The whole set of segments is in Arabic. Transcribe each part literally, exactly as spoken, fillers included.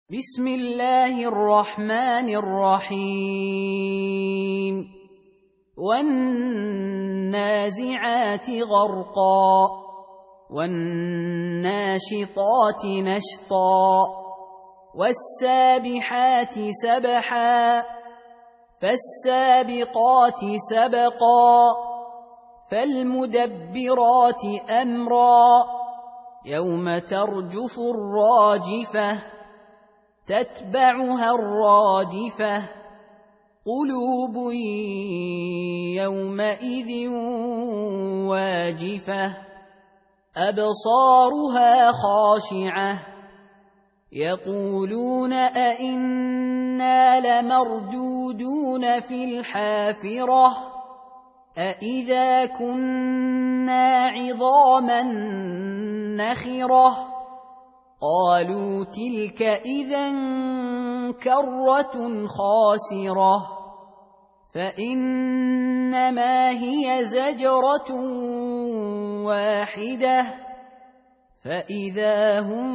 بسم الله الرحمن الرحيم والنازعات غرقا والناشطات نشطا والسابحات سبحا فالسابقات سبقا فالمدبرات أمرا يوم ترجف الراجفة تتبعها الرادفة قلوب يومئذ واجفة أبصارها خاشعة يقولون أئنا لمردودون في الحافرة أئذا كنا عظاما نخرة قالوا تلك إذا كرة خاسرة فإنما هي زجرة واحدة فإذا هم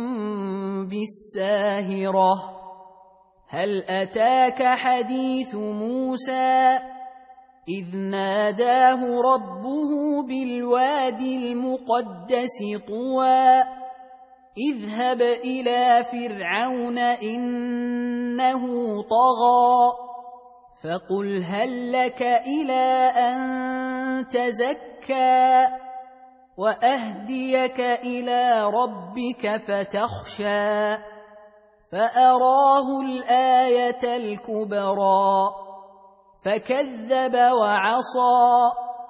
بالساهرة هل أتاك حديث موسى إذ ناداه ربه بالوادي المقدس طوى اذهب إلى فرعون إنه طغى فقل هل لك إلى أن تزكى وأهديك إلى ربك فتخشى فأراه الآية الكبرى فكذب وعصى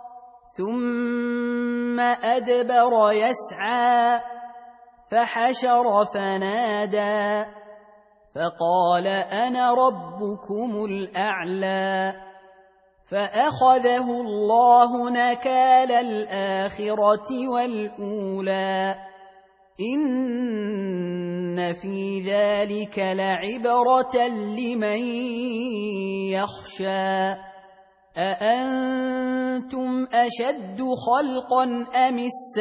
ثم أدبر يسعى فحشر فنادى فقال أنا ربكم الأعلى فأخذه الله نكال الآخرة والأولى إن في ذلك لعبرة لمن يخشى أأنتم أشد خلقا أم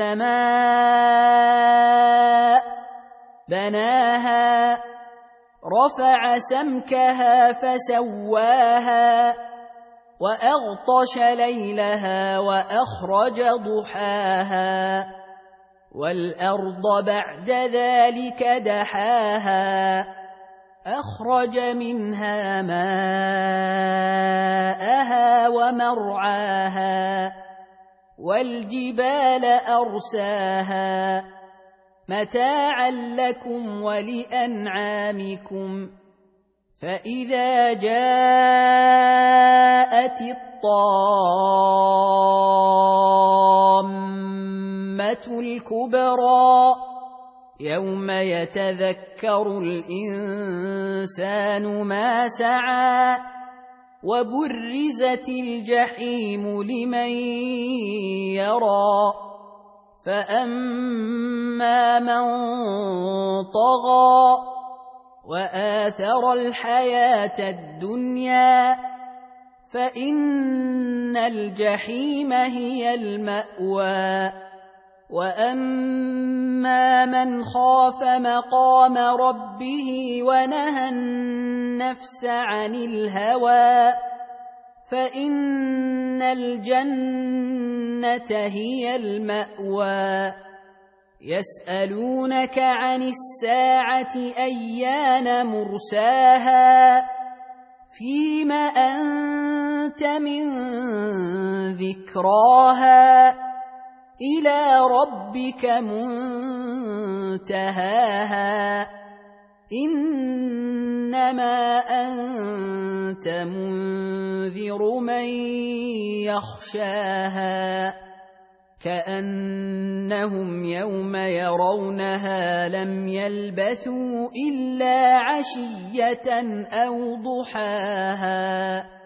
السماء بناها رفع سمكها فسواها وأغطش ليلها وأخرج ضحاها والأرض بعد ذلك دحاها أخرج منها ماءها ومرعاها والجبال أرساها متاعا لكم ولأنعامكم فإذا جاءت الطامة الكبرى يوم يتذكر الإنسان ما سعى وبرزت الجحيم لمن يرى فأما من طغى وآثر الحياة الدنيا فإن الجحيم هي المأوى وأما من خاف مقام ربه ونهى النفس عن الهوى فإن الجنة هي المأوى يسألونك عن الساعة أيان مرساها فيم أنت من ذكراها إلى ربك منتهاها إنما أنت منذر من يخشاها كأنهم يوم يرونها لم يلبثوا إلا عشية أو ضحاها.